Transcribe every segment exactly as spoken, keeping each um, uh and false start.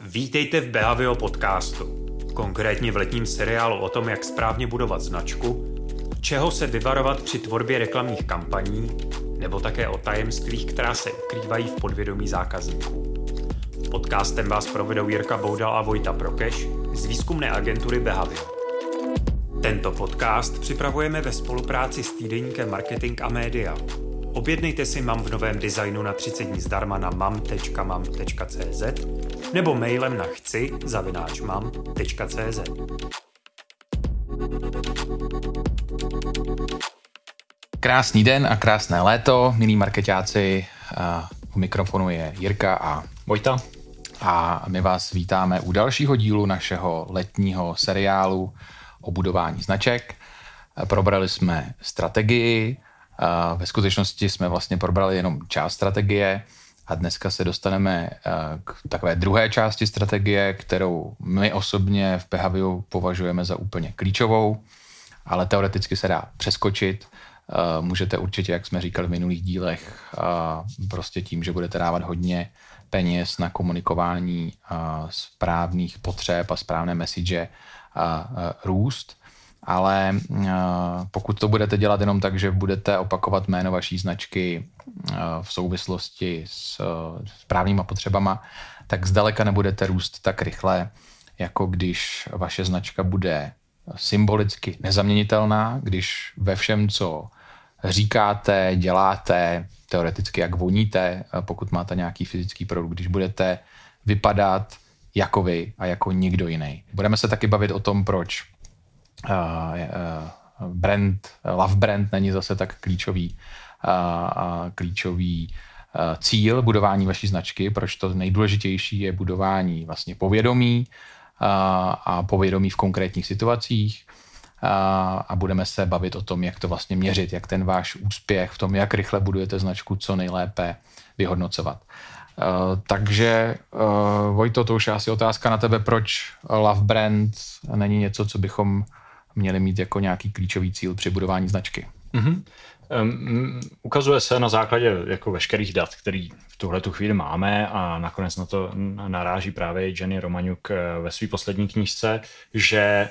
Vítejte v Behavio podcastu, konkrétně v letním seriálu o tom, jak správně budovat značku, čeho se vyvarovat při tvorbě reklamních kampaní, nebo také o tajemstvích, která se ukrývají v podvědomí zákazníků. Podcastem vás provedou Jirka Boudal a Vojta Prokeš z výzkumné agentury Behavio. Tento podcast připravujeme ve spolupráci s týdeníkem Marketing a média. Objednejte si Mam v novém designu na třicet dní zdarma na mam tečka mam tečka cz nebo mailem na chci zavináč mam tečka cz. Krásný den a krásné léto, milí markeťáci. U mikrofonu je Jirka a Vojta. A my vás vítáme u dalšího dílu našeho letního seriálu o budování značek. Probrali jsme strategii, ve skutečnosti jsme vlastně probrali jenom část strategie a dneska se dostaneme k takové druhé části strategie, kterou my osobně v Behaviu považujeme za úplně klíčovou, ale teoreticky se dá přeskočit. Můžete určitě, jak jsme říkali v minulých dílech, prostě tím, že budete dávat hodně peněz na komunikování správných potřeb a správné message růst. Ale pokud to budete dělat jenom tak, že budete opakovat jméno vaší značky v souvislosti s správnýma potřebama, tak zdaleka nebudete růst tak rychle, jako když vaše značka bude symbolicky nezaměnitelná, když ve všem, co říkáte, děláte, teoreticky jak voníte, pokud máte nějaký fyzický produkt, když budete vypadat jako vy a jako nikdo jiný. Budeme se taky bavit o tom, proč Uh, uh, brand, love brand není zase tak klíčový, uh, uh, klíčový uh, cíl budování vaší značky, proč to nejdůležitější je budování vlastně povědomí uh, a povědomí v konkrétních situacích uh, a budeme se bavit o tom, jak to vlastně měřit, jak ten váš úspěch v tom, jak rychle budujete značku, co nejlépe vyhodnocovat. Uh, takže uh, Vojto, to už je asi otázka na tebe, proč love brand není něco, co bychom měli mít jako nějaký klíčový cíl při budování značky. Mm-hmm. Um, ukazuje se na základě jako veškerých dat, který v tuhle tu chvíli máme a nakonec na to naráží právě Jenny Romaňuk ve své poslední knížce, že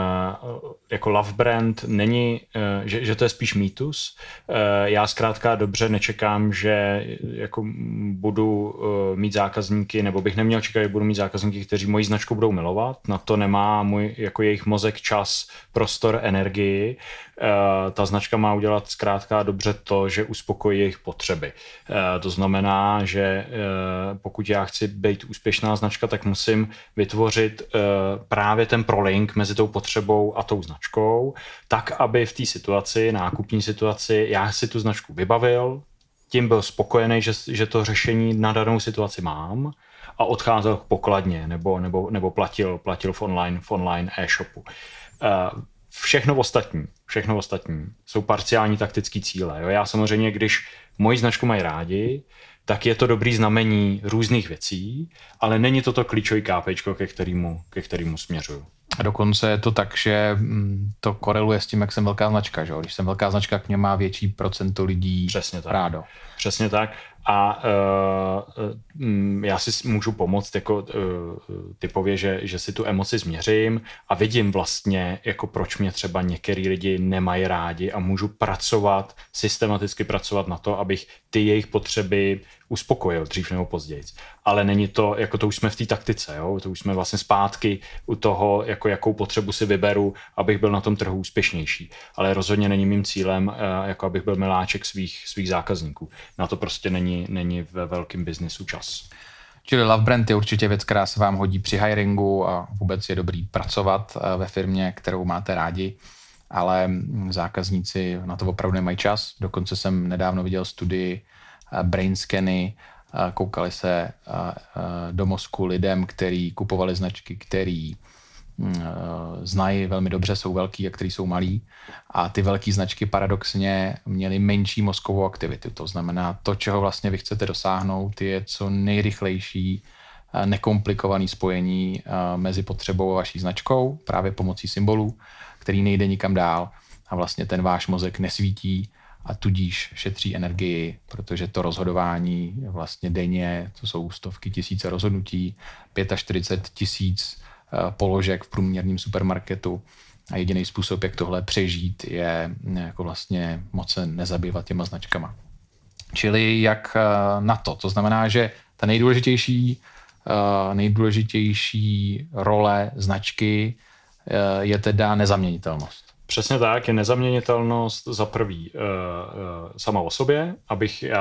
uh, jako love brand není, uh, že, že to je spíš mýtus. Uh, já zkrátka dobře nečekám, že jako budu uh, mít zákazníky, nebo bych neměl čekat, že budu mít zákazníky, kteří moji značku budou milovat. Na to nemá můj, jako jejich mozek čas, prostor, energii. Uh, ta značka má udělat zkrátka dobře to, že uspokojí jejich potřeby. Uh, to znamená, že uh, pokud já chci být úspěšná značka, tak musím vytvořit uh, právě ten prolink mezi tou potřebou a tou značkou, tak, aby v té situaci, nákupní situaci, já si tu značku vybavil, tím byl spokojený, že, že to řešení na danou situaci mám a odcházel k pokladně nebo, nebo, nebo platil, platil v online, v online e-shopu. Uh, Všechno ostatní, všechno ostatní jsou parciální taktický cíle. Jo? Já samozřejmě, když moji značku mají rádi, tak je to dobrý znamení různých věcí, ale není to to klíčový kápečko, ke kterému, ke kterému směřuju. A dokonce je to tak, že to koreluje s tím, jak jsem velká značka. Že? Když jsem velká značka, tak mě má větší procento lidí Přesně tak. rádo. Přesně tak. A uh, uh, já si můžu pomoct jako uh, typově, že, že si tu emoci změřím a vidím vlastně, jako proč mě třeba některý lidi nemají rádi a můžu pracovat, systematicky pracovat na to, abych ty jejich potřeby uspokojil dřív nebo později. Ale není to, jako to už jsme v té taktice, jo? To už jsme vlastně zpátky u toho, jako jakou potřebu si vyberu, abych byl na tom trhu úspěšnější. Ale rozhodně není mým cílem, jako abych byl miláček svých, svých zákazníků. Na to prostě není, není ve velkém biznisu čas. Čili love brand je určitě věc, která se vám hodí při hiringu a vůbec je dobrý pracovat ve firmě, kterou máte rádi, ale zákazníci na to opravdu nemají čas. Dokonce jsem nedávno viděl studii brain scany, koukali se do mozku lidem, kteří kupovali značky, který znají velmi dobře, jsou velký a který jsou malý. A ty velké značky paradoxně měly menší mozkovou aktivitu. To znamená, to, čeho vlastně vy chcete dosáhnout, je co nejrychlejší, nekomplikovaný spojení mezi potřebou a vaší značkou, právě pomocí symbolů, který nejde nikam dál a vlastně ten váš mozek nesvítí a tudíž šetří energii, protože to rozhodování vlastně denně, to jsou stovky tisíce rozhodnutí, čtyřicet pět tisíc položek v průměrném supermarketu a jediný způsob, jak tohle přežít, je jako vlastně moc se nezabývat těma značkama. Čili jak na to. To znamená, že ta nejdůležitější, nejdůležitější role značky je teda nezaměnitelnost. Přesně tak, je nezaměnitelnost za prvý uh, uh, sama o sobě, abych já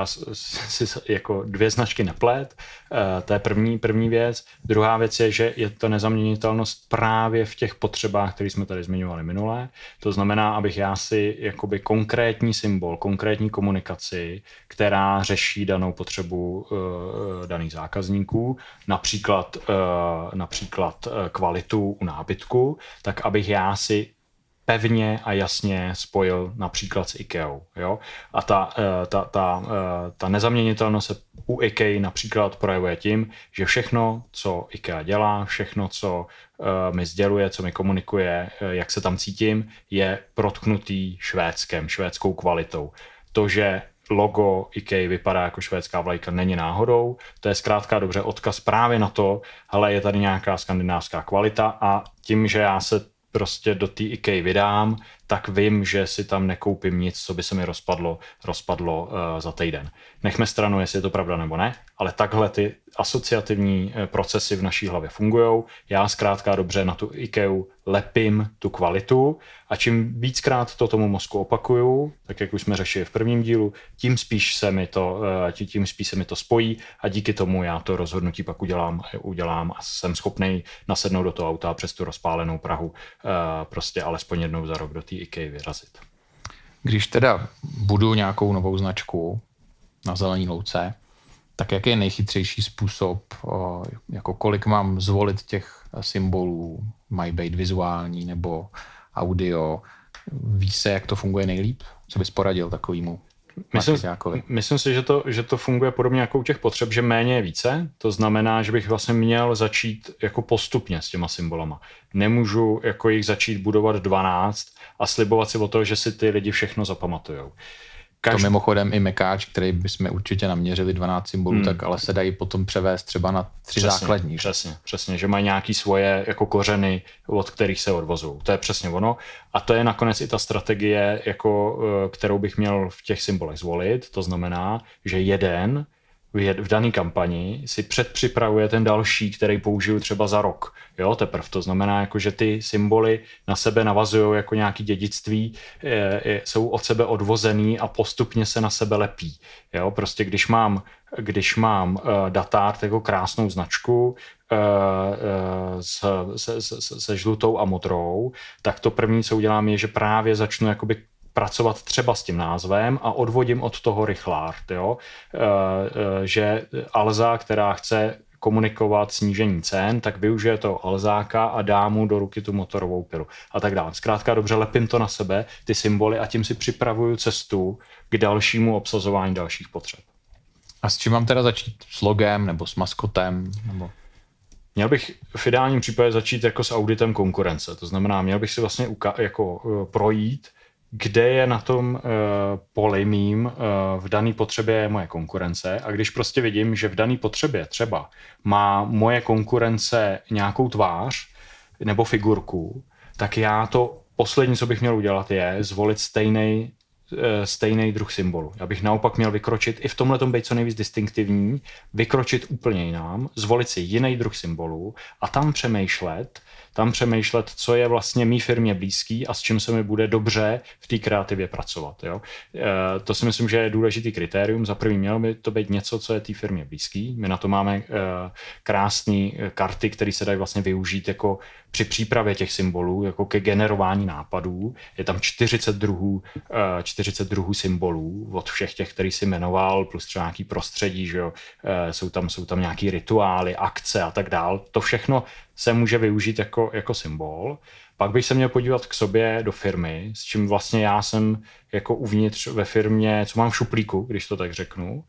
si jako dvě značky neplet, uh, to je první, první věc. Druhá věc je, že je to nezaměnitelnost právě v těch potřebách, které jsme tady zmiňovali minule. To znamená, abych já si jakoby konkrétní symbol, konkrétní komunikaci, která řeší danou potřebu uh, daných zákazníků, například, uh, například uh, kvalitu u nábytku, tak abych já si pevně a jasně spojil například s IKEAou. Jo? A ta, ta, ta, ta nezaměnitelnost se u IKEA například projevuje tím, že všechno, co IKEA dělá, všechno, co mi sděluje, co mi komunikuje, jak se tam cítím, je protknutý švédskem, švédskou kvalitou. To, že logo IKEA vypadá jako švédská vlajka, není náhodou. To je zkrátka dobře odkaz právě na to, hele, je tady nějaká skandinávská kvalita a tím, že já se prostě do té IKEA vydám, tak vím, že si tam nekoupím nic, co by se mi rozpadlo, rozpadlo uh, za týden. Nechme stranu, jestli je to pravda nebo ne, ale takhle ty asociativní procesy v naší hlavě fungujou. Já zkrátka dobře na tu IKEA lepím tu kvalitu a čím víckrát to tomu mozku opakuju, tak jak už jsme řešili v prvním dílu, tím spíš se mi to, tím spíš se mi to spojí a díky tomu já to rozhodnutí pak udělám, udělám a jsem schopnej nasednout do toho auta přes tu rozpálenou Prahu prostě alespoň jednou za rok do té IKEA vyrazit. Když teda budu nějakou novou značku na zelený louce, tak jaký je nejchytřejší způsob, jako kolik mám zvolit těch symbolů, mají být vizuální nebo audio, ví se, jak to funguje nejlíp? Co bys poradil takovýmu markeťákovi? Myslím, myslím si, že to, že to funguje podobně jako u těch potřeb, že méně je více, to znamená, že bych vlastně měl začít jako postupně s těma symbolama. Nemůžu jako jich začít budovat dvanáct a slibovat si o to, že si ty lidi všechno zapamatujou. Každý... To mimochodem i mekáč, který bychom určitě naměřili dvanáct symbolů, hmm. tak ale se dají potom převést třeba na tři přesně, základní. Přesně, přesně, že mají nějaké svoje jako kořeny, od kterých se odvozují. To je přesně ono. A to je nakonec i ta strategie, jako, kterou bych měl v těch symbolech zvolit. To znamená, že jeden v dané kampani si předpřipravuje ten další, který použiju třeba za rok. Jo, teprve to znamená, jako, že ty symboly na sebe navazují jako nějaké dědictví, je, je, jsou od sebe odvozený a postupně se na sebe lepí. Jo, prostě když mám, když mám uh, datár, jako krásnou značku uh, uh, s, se, se, se žlutou a modrou, tak to první, co udělám, je, že právě začnu jakoby pracovat třeba s tím názvem a odvodím od toho Richlard, jo? E, e, že Alza, která chce komunikovat snížení cen, tak využije to Alzáka a dá mu do ruky tu motorovou pilu a tak dále. Zkrátka dobře, lepím to na sebe, ty symboly a tím si připravuju cestu k dalšímu obsazování dalších potřeb. A s čím mám teda začít? S logem nebo s maskotem? Nebo... Měl bych v ideálním případě začít jako s auditem konkurence. To znamená, měl bych si vlastně uka- jako uh, projít, kde je na tom uh, poli mým uh, v dané potřebě moje konkurence a když prostě vidím, že v dané potřebě třeba má moje konkurence nějakou tvář nebo figurku, tak já to poslední, co bych měl udělat, je zvolit stejný stejný druh symbolu. Já bych naopak měl vykročit i v tomhletom být co nejvíc distinktivní, vykročit úplně jinam, zvolit si jiný druh symbolu a tam přemýšlet, tam přemýšlet, co je vlastně mý firmě blízký a s čím se mi bude dobře v té kreativě pracovat. Jo? E, to si myslím, že je důležitý kritérium. Za první mělo by to být něco, co je té firmě blízký. My na to máme e, krásné karty, které se dají vlastně využít jako při přípravě těch symbolů, jako ke generování nápadů. Je tam čtyřicet druhů, e, čtyřicet druhů symbolů od všech těch, který si jmenoval, plus třeba nějaký prostředí, že jo? E, jsou tam, jsou tam nějaký rituály, akce a tak dál. To všechno se může využít jako, jako symbol. Pak bych se měl podívat k sobě do firmy, s čím vlastně já jsem jako uvnitř ve firmě, co mám v šuplíku, když to tak řeknu.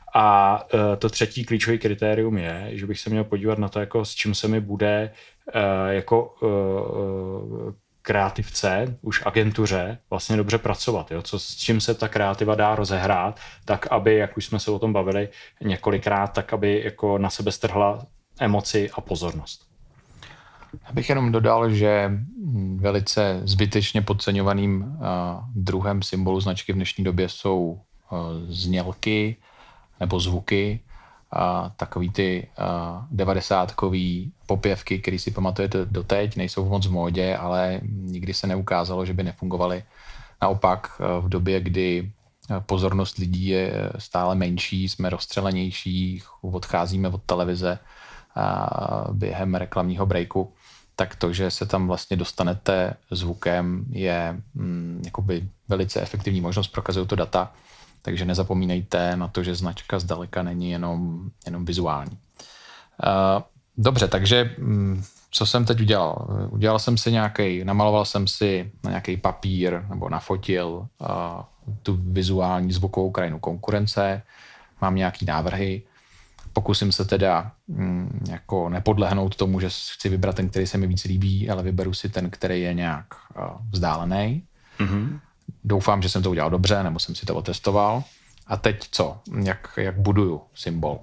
A e, to třetí klíčový kritérium je, že bych se měl podívat na to, jako s čím se mi bude e, jako e, kreativce, už agentuře vlastně dobře pracovat, jo? Co, s čím se ta kreativa dá rozehrát, tak aby, jak už jsme se o tom bavili několikrát, tak aby jako na sebe strhla emoci a pozornost. Já bych jenom dodal, že velice zbytečně podceňovaným uh, druhem symbolu značky v dnešní době jsou uh, znělky nebo zvuky, uh, takový ty uh, devadesátkový popěvky, které si pamatujete doteď, nejsou moc v módě, ale nikdy se neukázalo, že by nefungovaly. Naopak uh, v době, kdy pozornost lidí je stále menší, jsme rozstřelenější, odcházíme od televize uh, během reklamního breaku, tak to, že se tam vlastně dostanete zvukem, je mm, jakoby velice efektivní možnost, prokazují to data, takže nezapomínejte na to, že značka zdaleka není jenom, jenom vizuální. Uh, dobře, takže mm, co jsem teď udělal? Udělal jsem si nějaký, namaloval jsem si na nějaký papír nebo nafotil uh, tu vizuální zvukovou krajinu konkurence, mám nějaký návrhy, pokusím se teda mm, jako nepodlehnout tomu, že chci vybrat ten, který se mi víc líbí, ale vyberu si ten, který je nějak uh, vzdálený. Mm-hmm. Doufám, že jsem to udělal dobře, nebo jsem si to otestoval. A teď co? Jak, jak buduju symbol?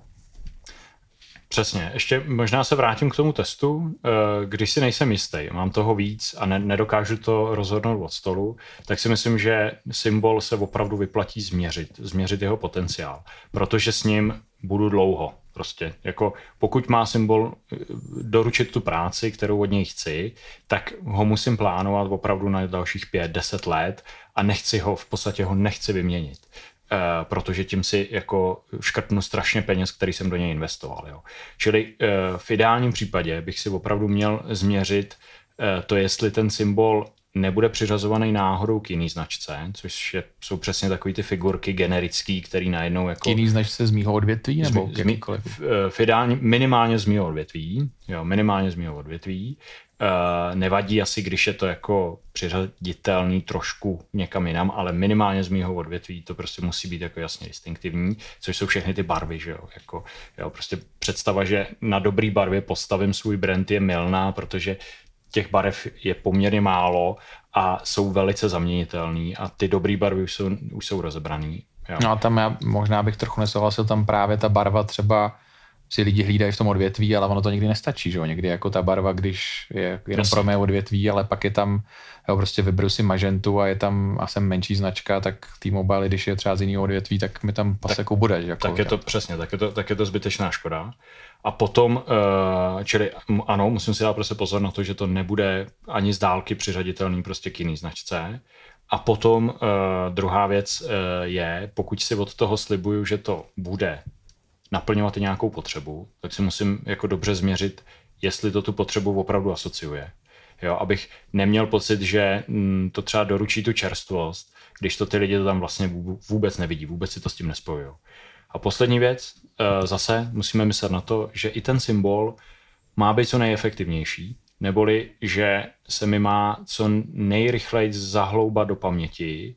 Přesně. Ještě možná se vrátím k tomu testu. Když si nejsem jistý, mám toho víc a ne, nedokážu to rozhodnout od stolu, tak si myslím, že symbol se opravdu vyplatí změřit, změřit jeho potenciál, protože s ním budu dlouho. Prostě jako pokud má symbol doručit tu práci, kterou od něj chci, tak ho musím plánovat opravdu na dalších pět, deset let a nechci ho, v podstatě ho nechci vyměnit. Uh, protože tím si jako škrtnu strašně peněz, který jsem do něj investoval. Jo. Čili uh, v ideálním případě bych si opravdu měl změřit uh, to, jestli ten symbol nebude přiřazovaný náhodou k jiný značce, což je, jsou přesně takový ty figurky generický, který najednou jako... K jiný značce z mýho odvětví? Nebo z, z, v, v ideální, minimálně z mýho odvětví. Jo, minimálně z mýho odvětví. Uh, nevadí asi, když je to jako přiřaditelný trošku někam jinam, ale minimálně z mýho odvětví to prostě musí být jako jasně distinktivní, což jsou všechny ty barvy, že jo, jako, jo, prostě představa, že na dobrý barvě postavím svůj brand je mylná, protože těch barev je poměrně málo a jsou velice zaměnitelný a ty dobrý barvy už jsou, už jsou rozebraný. Jo. No a tam já možná bych trochu nesouhlasil, tam právě ta barva třeba si lidi hlídají v tom odvětví, ale ono to nikdy nestačí, že jo? Někdy jako ta barva, když je jenom pro mé odvětví, ale pak je tam, jo, prostě vyberu si magentu a je tam a jsem menší značka, tak T-Mobile, když je třeba z jiného odvětví, tak mi tam pasekou bude. Že jako, tak je to přesně, tak je to, tak je to zbytečná škoda. A potom, uh, čili ano, musím si dát prostě pozor na to, že to nebude ani z dálky přiřaditelný prostě k jiný značce. A potom uh, druhá věc uh, je, pokud si od toho slibuju, že to bude naplňovat i nějakou potřebu, tak si musím jako dobře změřit, jestli to tu potřebu opravdu asociuje. Jo, abych neměl pocit, že mm, to třeba doručí tu čerstvost, když to ty lidi to tam vlastně vůbec nevidí, vůbec si to s tím nespojují. A poslední věc, e, zase musíme myslet na to, že i ten symbol má být co nejefektivnější, neboli, že se mi má co nejrychleji zahloubat do paměti,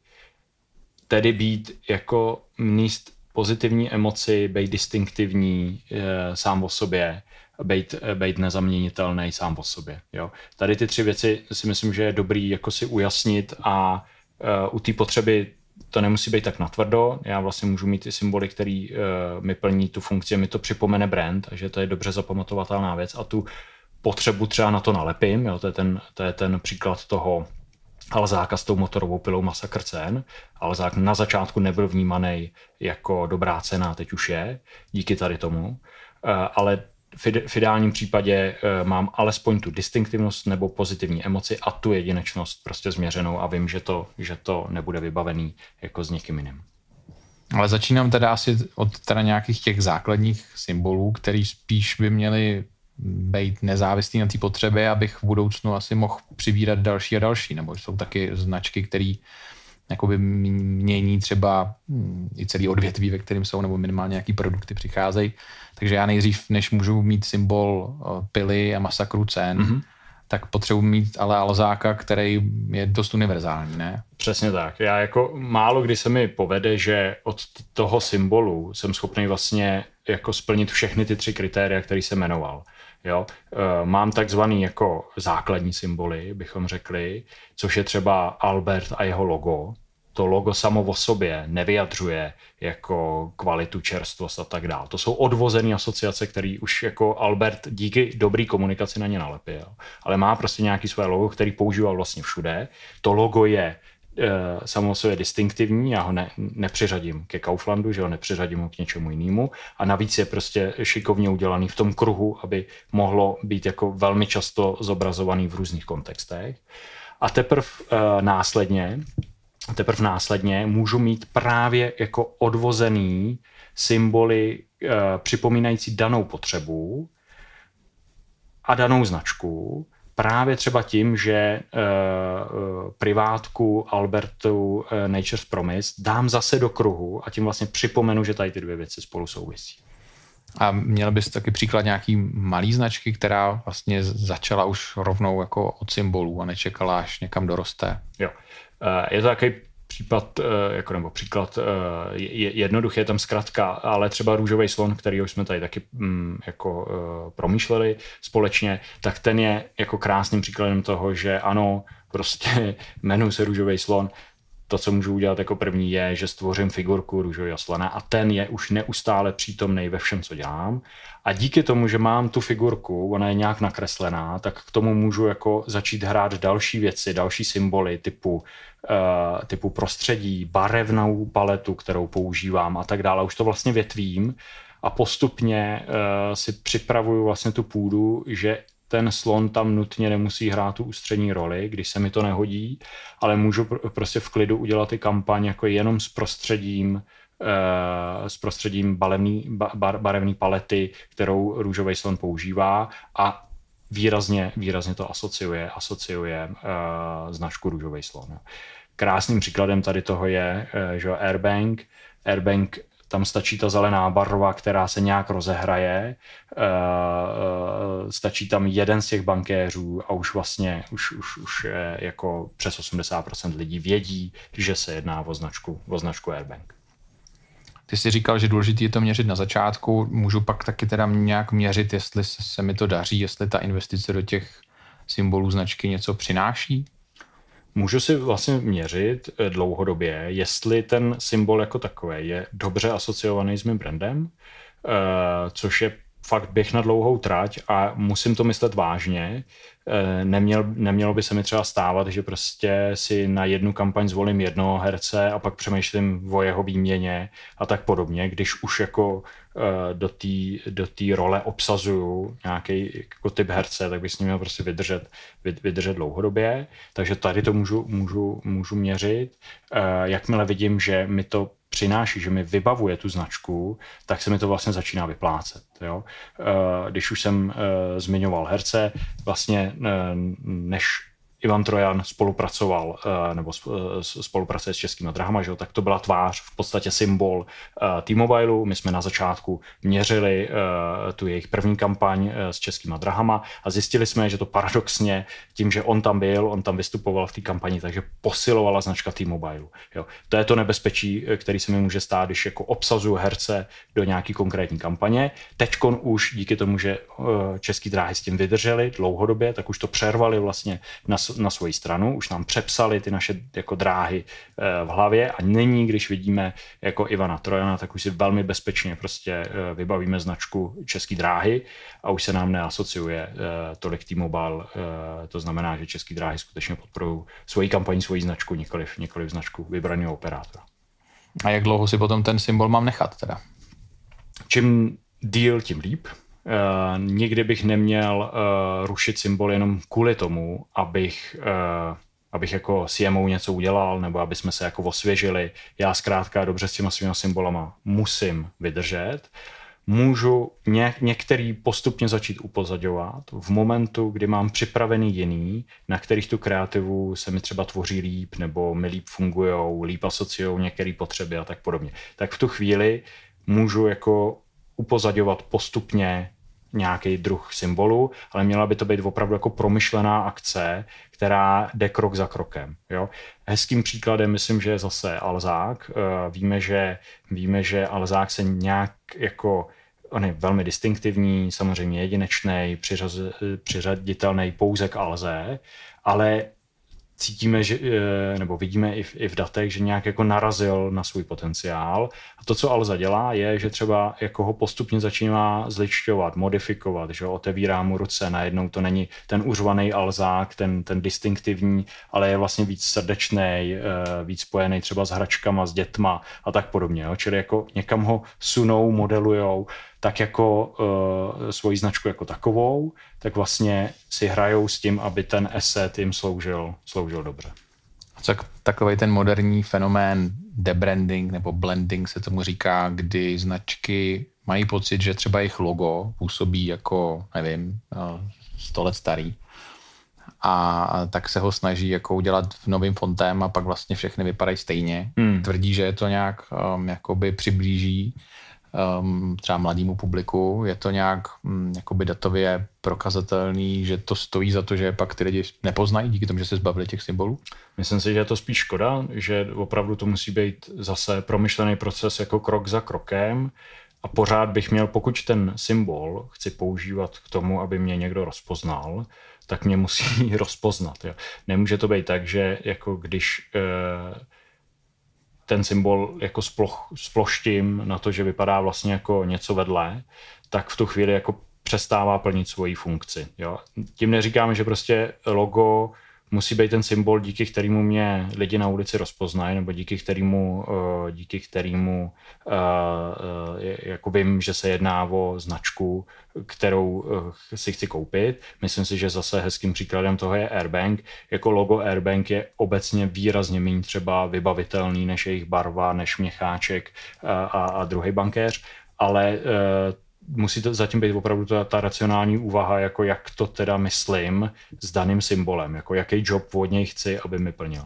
tedy být jako míst pozitivní emoci, být distinktivní e, sám o sobě, být, být nezaměnitelný sám o sobě. Jo. Tady ty tři věci si myslím, že je dobrý jako si ujasnit a e, u té potřeby to nemusí být tak natvrdo. Já vlastně můžu mít i symboly, který e, mi plní tu funkci, mi to připomene brand, takže to je dobře zapamatovatelná věc a tu potřebu třeba na to nalepím. Jo. To je ten, to je ten příklad toho Alzáka s tou motorovou pilou Masakr cen. Alzák na začátku nebyl vnímaný jako dobrá cena, teď už je, díky tady tomu. Ale v ideálním případě mám alespoň tu distinktivnost nebo pozitivní emoci a tu jedinečnost prostě změřenou a vím, že to, že to nebude vybavený jako s někým jiným. Ale začínám teda asi od teda nějakých těch základních symbolů, který spíš by měly být nezávislý na té potřebě, abych v budoucnu asi mohl přibírat další a další, nebo jsou taky značky, které jakoby mění třeba i celý odvětví, ve kterým jsou, nebo minimálně nějaký produkty přicházejí. Takže já nejdřív, než můžu mít symbol pily a Masakru cen, mm-hmm. tak potřebuji mít ale Alzáka, který je dost univerzální, ne? Přesně tak. Já jako málo kdy se mi povede, že od toho symbolu jsem schopný vlastně jako splnit všechny ty tři kritéria, které jsem jmenoval. Jo? Mám takzvaný jako základní symboly, bychom řekli, což je třeba Albert a jeho logo. To logo samo o sobě nevyjadřuje jako kvalitu, čerstvost a tak dále. To jsou odvozené asociace, které už jako Albert díky dobrý komunikaci na ně nalepil. Ale má prostě nějaký své logo, který používal vlastně všude. To logo je e, samo o sobě distinktivní, já ho ne, nepřiřadím ke Kauflandu, že ho nepřiřadím ho k něčemu jinému. A navíc je prostě šikovně udělaný v tom kruhu, aby mohlo být jako velmi často zobrazovaný v různých kontextech. A teprve e, následně Teprve následně můžu mít právě jako odvozený symboly e, připomínající danou potřebu a danou značku. Právě třeba tím, že e, privátku Albertu e, Nature's Promise dám zase do kruhu a tím vlastně připomenu, že tady ty dvě věci spolu souvisí. A měl bys taky příklad nějaký malý značky, která vlastně začala už rovnou jako od symbolů a nečekala, až někam doroste? Jo. Je to takový případ, jako nebo příklad jednoduchý, je tam zkratka, ale třeba růžový slon, který už jsme tady taky jako promýšleli společně, tak ten je jako krásným příkladem toho, že ano, prostě jmenuji se růžový slon. To, co můžu udělat jako první, je, že stvořím figurku růžového slona a ten je už neustále přítomný ve všem, co dělám. A díky tomu, že mám tu figurku, ona je nějak nakreslená, tak k tomu můžu jako začít hrát další věci, další symboly typu, uh, typu prostředí, barevnou paletu, kterou používám a tak dále. Už to vlastně větvím a postupně uh, si připravuju vlastně tu půdu, že ten slon tam nutně nemusí hrát tu ústřední roli, když se mi to nehodí, ale můžu pr- prostě v klidu udělat i kampaň jako jenom s prostředím, e, s prostředím barevný, bar, barevný palety, kterou růžový slon používá a výrazně, výrazně to asociuje, asociuje e, značku růžový slon. Krásným příkladem tady toho je, e, že Airbank. Airbank tam stačí ta zelená barva, která se nějak rozehraje, stačí tam jeden z těch bankéřů a už vlastně už, už, už jako přes osmdesát procent lidí vědí, že se jedná o značku, o značku Airbank. Ty jsi říkal, že důležité je to měřit na začátku. Můžu pak taky teda nějak měřit, jestli se mi to daří, jestli ta investice do těch symbolů značky něco přináší? Můžu si vlastně měřit dlouhodobě, jestli ten symbol jako takový je dobře asociovaný s mým brandem, což je fakt běh na dlouhou trať a musím to myslet vážně. Neměl, nemělo by se mi třeba stávat, že prostě si na jednu kampaň zvolím jednoho herce a pak přemýšlím o jeho výměně a tak podobně, když už jako do té do té role obsazuju nějaký jako typ herce, tak bych s ním měl prostě vydržet, vydržet dlouhodobě. Takže tady to můžu, můžu, můžu měřit. Jakmile vidím, že mi to přináší, že mi vybavuje tu značku, tak se mi to vlastně začíná vyplácet. Jo? Když už jsem zmiňoval herce, vlastně než Ivan Trojan spolupracoval nebo spolupracuje s Českýma drahama, že jo, tak to byla tvář, v podstatě symbol T-Mobileu. My jsme na začátku měřili tu jejich první kampaň s Českýma drahama a zjistili jsme, že to paradoxně tím, že on tam byl, on tam vystupoval v té kampani, takže posilovala značka T-Mobileu. Jo. To je to nebezpečí, který se mi může stát, když jako obsazuju herce do nějaký konkrétní kampaně. Teďkon už díky tomu, že Český dráhy s tím vydrželi dlouhodobě, tak už to přervali vlastně na na svoji stranu, už nám přepsali ty naše jako dráhy v hlavě a nyní, když vidíme jako Ivana Trojana, tak už si velmi bezpečně prostě vybavíme značku Český dráhy a už se nám neasociuje tolik T-Mobile, to znamená, že Český dráhy skutečně podporují svoji kampaní, svoji značku, nikoliv, nikoliv značku vybraného operátora. A jak dlouho si potom ten symbol mám nechat teda? Čím díl, tím líp. Uh, nikdy bych neměl uh, rušit symbol jenom kvůli tomu, abych, uh, abych jako s jemou něco udělal, nebo aby jsme se jako osvěžili. Já zkrátka dobře s těma svýma symbolama musím vydržet. Můžu ně, některý postupně začít upozadovat v momentu, kdy mám připravený jiný, na kterých tu kreativu se mi třeba tvoří líp, nebo mi líp fungujou, líp asociujou některé potřeby a tak podobně. Tak v tu chvíli můžu jako upozadovat postupně nějaký druh symbolu, ale měla by to být opravdu jako promyšlená akce, která jde krok za krokem. Jo? Hezkým příkladem myslím, že je zase Alzák. Víme, že, víme, že Alzák se nějak jako on je velmi distinktivní, samozřejmě jedinečný, přiřaditelný pouze k Alze, ale cítíme, že, nebo vidíme i v, i v datech, že nějak jako narazil na svůj potenciál. A to, co Alza dělá, je, že třeba jako ho postupně začíná zličťovat, modifikovat, že otevírá mu ruce, najednou to není ten uřvaný Alzák, ten, ten distinktivní, ale je vlastně víc srdečnej, víc spojený třeba s hračkama, s dětma a tak podobně. Jo? Čili jako někam ho sunou, modelujou, tak jako uh, svoji značku jako takovou, tak vlastně si hrajou s tím, aby ten asset jim sloužil, sloužil dobře. Tak, takový ten moderní fenomén debranding nebo blending se tomu říká, kdy značky mají pocit, že třeba jejich logo působí jako, nevím, sto let starý. A tak se ho snaží jako udělat v novým fontem a pak vlastně všechny vypadají stejně. Hmm. Tvrdí, že je to nějak um, jakoby přiblíží Um, třeba mladému publiku, je to nějak um, jakoby datově prokazatelný, že to stojí za to, že pak ty lidi nepoznají díky tomu, že se zbavili těch symbolů? Myslím si, že je to spíš škoda, že opravdu to musí být zase promyšlený proces jako krok za krokem a pořád bych měl, pokud ten symbol chci používat k tomu, aby mě někdo rozpoznal, tak mě musí rozpoznat. Jo. Nemůže to být tak, že jako když eh, ten symbol jako sploch, sploštím na to, že vypadá vlastně jako něco vedle, tak v tu chvíli jako přestává plnit svoji funkci. Jo? Tím neříkáme, že prostě logo musí být ten symbol, díky kterému mě lidi na ulici rozpoznají, nebo díky kterému, díky kterému jako vím, že se jedná o značku, kterou si chci koupit. Myslím si, že zase hezkým příkladem toho je Airbank. Jako logo Airbank je obecně výrazně méně třeba vybavitelný než jejich barva, než měcháček a, a druhý bankéř, ale musí to zatím být opravdu ta, ta racionální úvaha, jako jak to teda myslím s daným symbolem, jako jaký job od něj chci, aby mi plnil.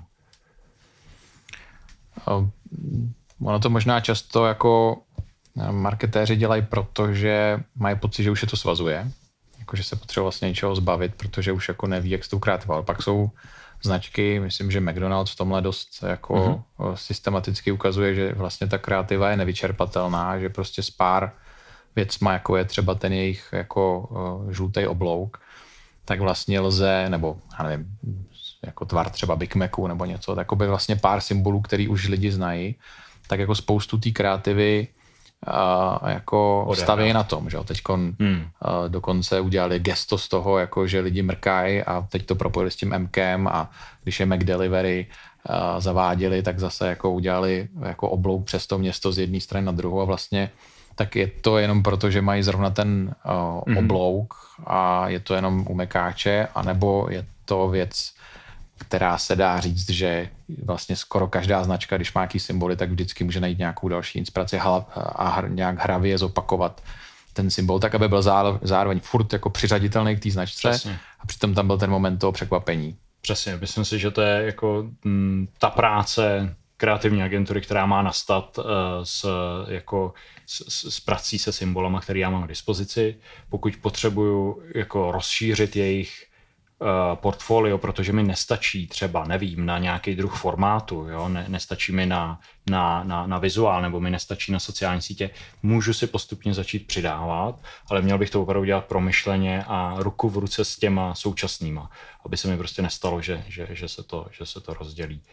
Ono to možná často jako marketéři dělají, protože mají pocit, že už je to svazuje, jako že se potřebuje vlastně něčeho zbavit, protože už jako neví, jak se to ukrátoval. Pak jsou značky, myslím, že McDonald's v tomhle dost jako mm-hmm. systematicky ukazuje, že vlastně ta kreativa je nevyčerpatelná, že prostě s pár věcma, jako je třeba ten jejich jako uh, žlutý oblouk, tak vlastně lze, nebo já nevím, jako tvar třeba Big Macu nebo něco, tak by vlastně pár symbolů, který už lidi znají, tak jako spoustu té kreativy uh, jako Odehra. staví na tom, že jo. Teďkon hmm. uh, dokonce udělali gesto z toho, jako že lidi mrkají a teď to propojili s tím MKem a když je McDelivery uh, zaváděli, tak zase jako udělali jako oblouk přes to město z jedné strany na druhou a vlastně tak je to jenom proto, že mají zrovna ten uh, mm-hmm. oblouk a je to jenom u mekáče, anebo je to věc, která se dá říct, že vlastně skoro každá značka, když má nějaký symboly, tak vždycky může najít nějakou další inspiraci a nějak hravě zopakovat ten symbol, tak aby byl zároveň furt jako přiřaditelný k té značce. Přesně. A přitom tam byl ten moment toho překvapení. Přesně, myslím si, že to je jako m, ta práce kreativní agentury, která má nastat uh, s, jako, s, s prací se symbolama, který já mám k dispozici. Pokud potřebuju jako rozšířit jejich uh, portfolio, protože mi nestačí třeba, nevím, na nějaký druh formátu, jo? Ne, nestačí mi na, na, na, na vizuál, nebo mi nestačí na sociální sítě, můžu si postupně začít přidávat, ale měl bych to opravdu dělat promyšleně a ruku v ruce s těma současnýma, aby se mi prostě nestalo, že, že, že, se, to, že se to rozdělí.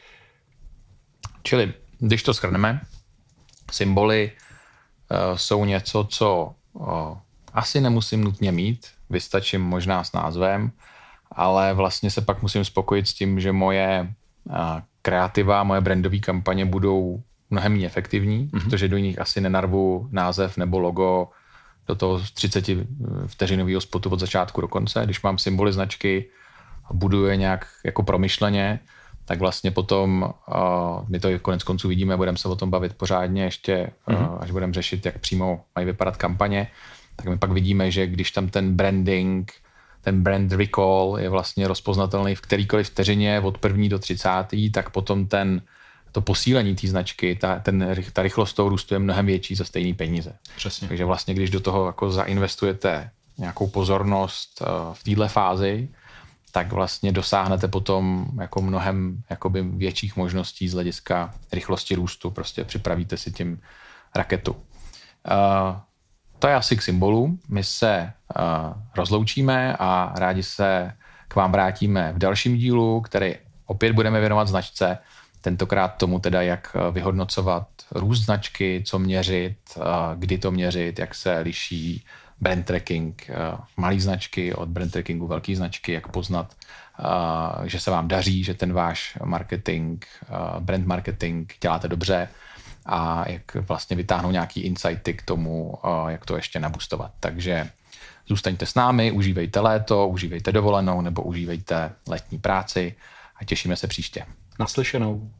Čili, když to shrneme, symboly uh, jsou něco, co uh, asi nemusím nutně mít, vystačím možná s názvem, ale vlastně se pak musím spokojit s tím, že moje uh, kreativa, moje brandové kampaně budou mnohem méně efektivní, mm-hmm. protože do nich asi nenarvu název nebo logo do toho třicet vteřinového spotu od začátku do konce. Když mám symboly značky a buduji je nějak jako promyšleně, tak vlastně potom, uh, my to konec konců vidíme, budeme se o tom bavit pořádně ještě, mm-hmm. uh, až budeme řešit, jak přímo mají vypadat kampaně, tak my pak vidíme, že když tam ten branding, ten brand recall je vlastně rozpoznatelný v kterýkoliv vteřině od první do třicáté, tak potom ten, to posílení té značky, ta, ten, ta rychlost toho růstu je mnohem větší za stejný peníze. Přesně. Takže vlastně, když do toho jako zainvestujete nějakou pozornost uh, v této fázi, tak vlastně dosáhnete potom jako mnohem jakoby větších možností z hlediska rychlosti růstu. Prostě připravíte si tím raketu. Uh, To je asi k symbolu. My se uh, rozloučíme a rádi se k vám vrátíme v dalším dílu, který opět budeme věnovat značce. Tentokrát tomu teda, jak vyhodnocovat růst značky, co měřit, uh, kdy to měřit, jak se liší brand tracking uh, malý značky od brand trackingu velký značky, jak poznat, uh, že se vám daří, že ten váš marketing, uh, brand marketing děláte dobře, a jak vlastně vytáhnout nějaký insighty k tomu, jak to ještě nabustovat. Takže zůstaňte s námi, užívejte léto, užívejte dovolenou nebo užívejte letní práci a těšíme se příště. Naslyšenou.